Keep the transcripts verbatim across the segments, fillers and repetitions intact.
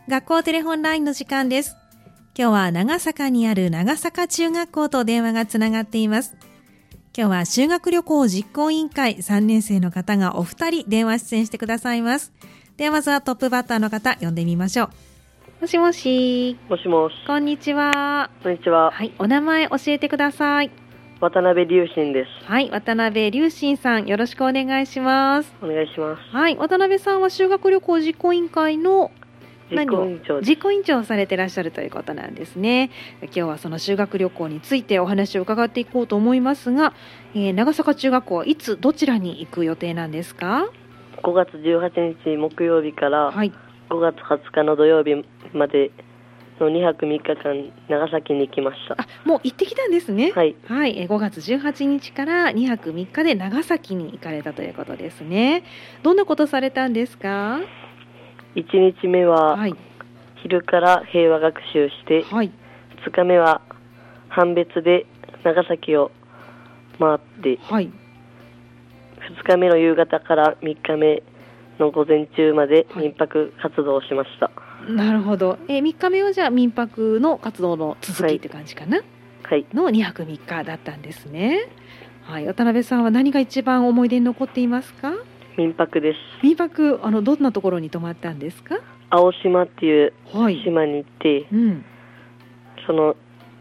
学校テレホンラインの時間です。今日は長坂にある長坂中学校と電話がつながっています。今日は修学旅行実行委員会さんねん生の方がお二人電話出演してくださいます。ではまずはトップバッターの方呼んでみましょう。もしもし。 もしもし。 こんにちは。 こんにちは。 はい、お名前教えてください。 渡辺隆信です。 はい、渡辺隆信さん、よろしくお願いします。 お願いします。 はい、渡辺さんは修学旅行実行委員会の実行委員長です。 実行委員長をされていらっしゃるということなんですね。今日はその修学旅行についてお話を伺っていこうと思いますが、えー、長坂中学校はいつどちらに行く予定なんですか？ ごがつじゅうはちにち木曜日からごがつはつかの土曜日までのにはくみっかかん長崎に来ました。 あ、もう行ってきたんですね。 はい、 はい、ごがつじゅうはちにちからにはくみっかで長崎に行かれたということですね。どんなことされたんですか？ いちにちめは昼から平和学習して、はい、ふつかめは判別で長崎を回って、はい、ふつかめの夕方からみっかめの午前中まで民泊活動をしました。 はい、なるほど。えー、みっかめはじゃあ民泊の活動の続きって感じかな、 はい、 のにはくみっかだったんですね。はい、渡辺さんは何が一番思い出に残っていますか？ 民泊です。 民泊、あのどんなところに泊まったんですか？ 青島っていう島に行って、はい、うん、その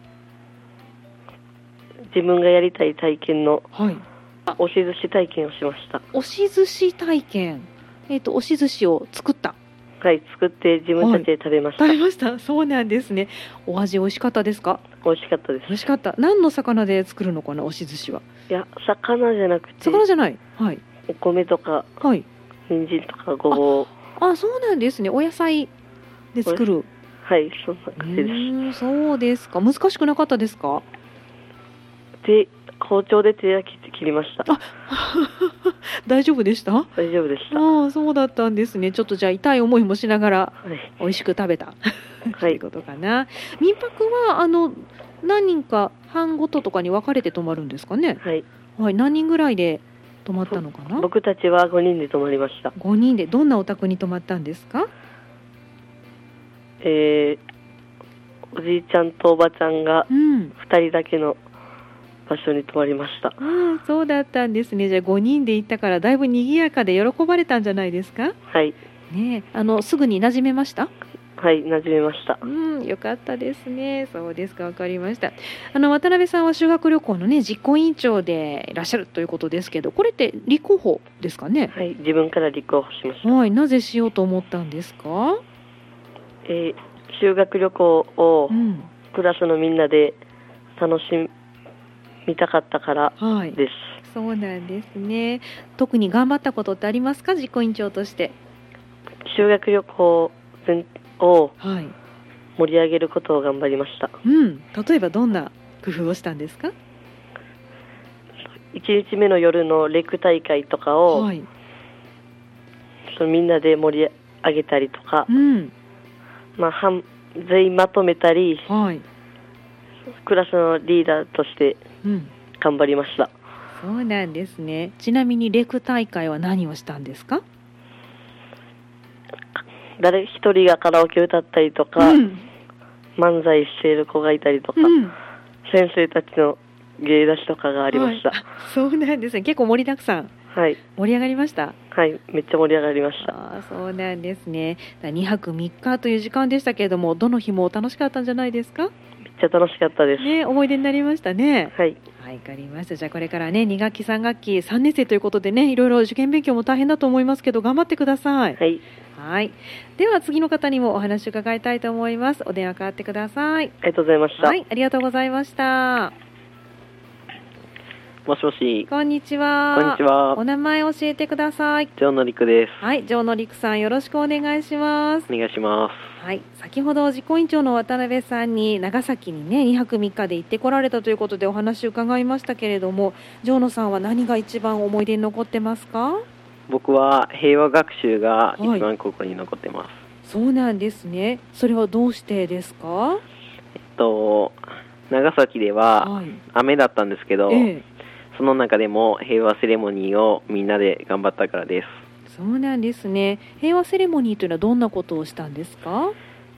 自分がやりたい体験の押し寿司体験をしました。 押し寿司体験、えーと、押し寿司を作った？ はい、作って自分たちで食べました。 はい、食べました。そうなんですね。お味美味しかったですか？ 美味しかったです。 美味しかった。何の魚で作るのかな、押し寿司は？ いや、魚じゃなくて、 魚じゃない、はい、 お米とか、はい、人参とかごぼう。 ああ、そうなんですね。お野菜で作る。 はい、そんな感じです。 うん、そうですか。難しくなかったですか？ で、包丁で手焼きって切りました。 あ大丈夫でした？ 大丈夫でした。 ああ、そうだったんですね。ちょっとじゃあ痛い思いもしながら美味しく食べた、はい、ということかな。民泊はあの何人か班ごととかに分かれて泊まるんですかね？ はい、 はい、何人ぐらいで泊まったのかな？ 僕たちはごにんで泊まりました。 ごにんで。どんなお宅に泊まったんですか？ えー、おじいちゃんとおばちゃんがふたりだけの場所に泊まりました。 うん、そうだったんですね。じゃあごにんで行ったからだいぶ賑やかで喜ばれたんじゃないですか？ はい、 ね、あのすぐに馴染めました？ はい、馴染めました。 うん、よかったですね。そうですか、わかりました。あの渡辺さんは修学旅行のね実行委員長でいらっしゃるということですけど、これって立候補ですかね？ はい、自分から立候補しました。 はい、なぜしようと思ったんですか？ えー、修学旅行をクラスのみんなで楽しみたかったからです。はい、 そうなんですね。特に頑張ったことってありますか？実行委員長として。 修学旅行全を盛り上げることを頑張りました。 うん、例えばどんな工夫をしたんですか？ いちにちめの夜のレク大会とかを、はい、そのみんなで盛り上げたりとか、うん、まあ、全員まとめたり、はい、クラスのリーダーとして頑張りました。 うん、そうなんですね。ちなみにレク大会は何をしたんですか？ 誰一人がカラオケ歌ったりとか、うん、漫才している子がいたりとか、うん、先生たちの芸出しとかがありました。はい、 そうなんですね。結構盛りだくさん。はい、盛り上がりました？ はい、めっちゃ盛り上がりました。 あ、そうなんですね。にはくみっかという時間でしたけれども、どの日も楽しかったんじゃないですか？ めっちゃ楽しかったです。 ね、思い出になりましたね。 はい。 はい、わかりました。じゃあこれからね、にがっきさんがっきさんねん生ということでね、いろいろ受験勉強も大変だと思いますけど、頑張ってください。 はい。 はい。では次の方にもお話を伺いたいと思います。お電話代わってください。 ありがとうございました。 はい、ありがとうございました。 もしもし。 こんにちは。 こんにちは。 お名前教えてください。 城野陸です。 はい、城野陸さん、よろしくお願いします。 お願いします。 はい、先ほど実行委員長の渡辺さんに長崎にねにはくみっかで行ってこられたということでお話を伺いましたけれども、城野さんは何が一番思い出に残ってますか？ 僕は平和学習が一番心に残ってます。はい、 そうなんですね。それはどうしてですか？ えっと長崎では雨だったんですけど、はい、ええ、その中でも平和セレモニーをみんなで頑張ったからです。 そうなんですね。平和セレモニーというのはどんなことをしたんですか？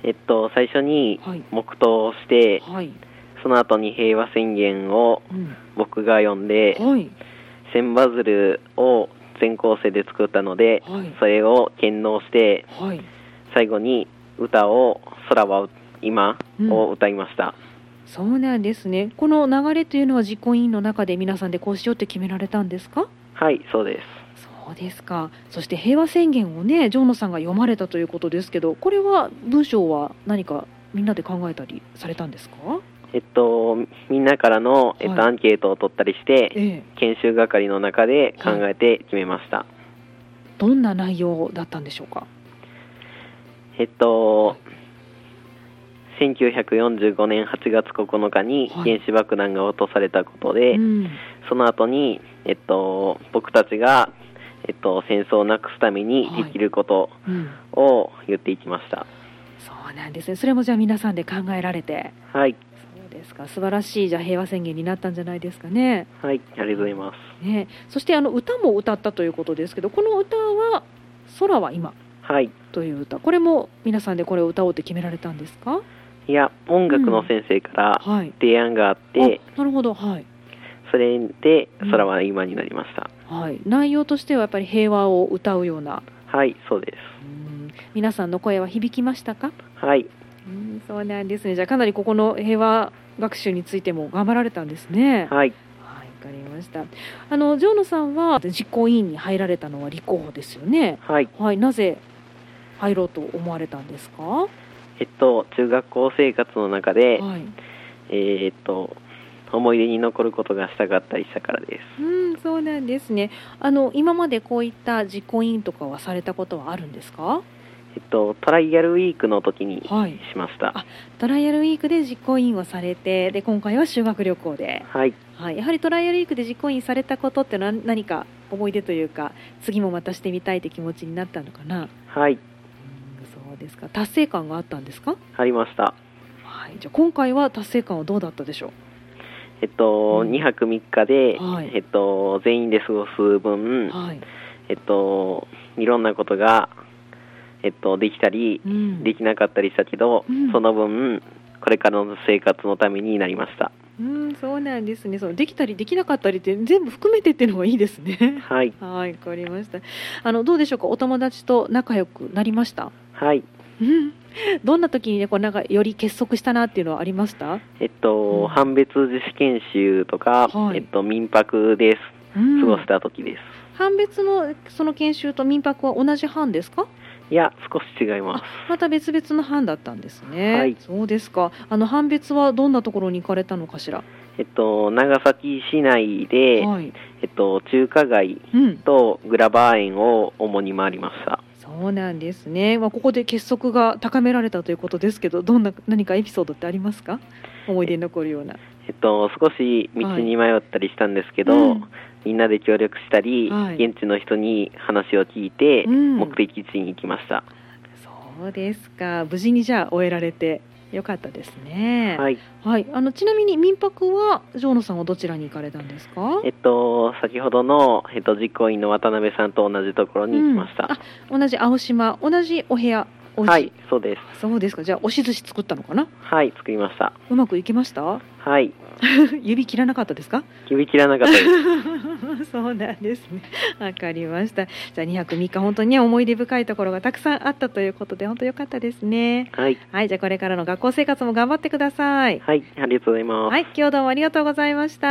えっと、最初に黙祷をして、はい、その後に平和宣言を僕が読んで、うんはい、千羽鶴を全校生で作ったので、はい、それを献納して、はい、最後に歌を空は今を歌いました、 うん、そうなんですね。この流れというのは実行委員の中で皆さんでこうしようって決められたんですか？ はい、そうです。 そうですか。そして平和宣言をね、城野さんが読まれたということですけど、これは文章は何かみんなで考えたりされたんですか？ えっと、みんなからの、えっと、はい、アンケートを取ったりして、ええ、研修係の中で考えて決めました、はい、 どんな内容だったんでしょうか？ えっと、せんきゅうひゃくよんじゅうごねんはちがつここのかに原子爆弾が落とされたことで、はい、うん、その後に、えっと、僕たちが、えっと、戦争をなくすためにできることを言っていきました、はい、 うん、そうなんですね。それもじゃあ皆さんで考えられて、 はい、 そうですか。素晴らしいじゃあ平和宣言になったんじゃないですかね。 はい、ありがとうございます、 ね、そしてあの歌も歌ったということですけど、この歌は空は今、はい、という歌、これも皆さんでこれを歌おうって決められたんですか？ いや、音楽の先生から提案があって、うん、はい、 なるほど、はい、 それで空は今になりました、 うん、はい、内容としてはやっぱり平和を歌うような。 はい、そうです。 うん、皆さんの声は響きましたか？ はい、 うん、そうなんですね。じゃあかなりここの平和学習についても頑張られたんですね。 はい、 はい、わかりました。あの城野さんは実行委員に入られたのは立候補ですよね。 はい、 はい、なぜ入ろうと思われたんですか？ えっと、中学校生活の中で、はい、えー、っと思い出に残ることがしたかったりしたからです。 うん、そうなんですね。あの今までこういった実行委員とかはされたことはあるんですか？ えっと、トライアルウィークの時にしました、はい、 あ、トライアルウィークで実行委員をされて、で今回は修学旅行で、 はいはい、やはりトライアルウィークで実行委員されたことってのは何か思い出というか、次もまたしてみたいって気持ちになったのかな？ はい、 そうですか。達成感があったんですか？ ありました、 はい、じゃあ今回は達成感はどうだったでしょう？ えっと、うん、にはくみっかで、はい、えっと、全員で過ごす分、はい、えっと、いろんなことが、えっと、できたり、うん、できなかったりしたけど、うん、その分これからの生活のためになりました。 うん、そうなんですね。そう、できたりできなかったりって全部含めてっていうのがいいですね。 はい、 はい、わかりました。あのどうでしょうか、お友達と仲良くなりました？ はい、 うん、どんな時に、ね、こうなんかより結束したなっていうのはありました？ えっと、うん、判別自主研修とか、はい、えっと、民泊です、うん、過ごした時です。 判別のその研修と民泊は同じ班ですか？ いや、少し違います。 また別々の班だったんですね。 はい、 そうですか。あの判別はどんなところに行かれたのかしら？ えっと、長崎市内で、はい、えっと、中華街とグラバー園を主に回りました。 うん、そうなんですね。まあ、ここで結束が高められたということですけど、どんな何かエピソードってありますか？思い出に残るような。 えっと、少し道に迷ったりしたんですけど、はい、うん、みんなで協力したり、はい、現地の人に話を聞いて、うん、目的地に行きました。 そうですか。無事にじゃあ終えられてよかったですね。 はい、 はい、あのちなみに民泊は城野さんはどちらに行かれたんですか？ えっと、先ほどの、えっと、実行委員の渡辺さんと同じところに行きました。うん、 あ、同じ青島、同じお部屋、お家。 はい、そうです。 そうですか。じゃあ押し寿司作ったのかな？ はい、作りました。 うまくいきました？ はい。 指切らなかったですか？ 指切らなかったです。 そうなんですね。わかりました。じゃあにはくみっか本当に思い出深いところがたくさんあったということで本当良かったですね。 はい。 はい、じゃあこれからの学校生活も頑張ってください。 はい、ありがとうございます。 はい、今日どうもありがとうございました。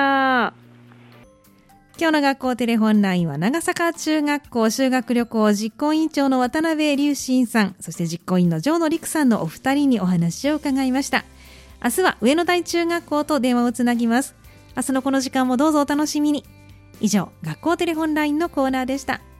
今日の学校テレホンラインは長坂中学校修学旅行実行委員長の渡辺隆信さん、そして実行委員の城野陸さんのお二人にお話を伺いました。明日は上野台中学校と電話をつなぎます。明日のこの時間もどうぞお楽しみに。以上、学校テレホンラインのコーナーでした。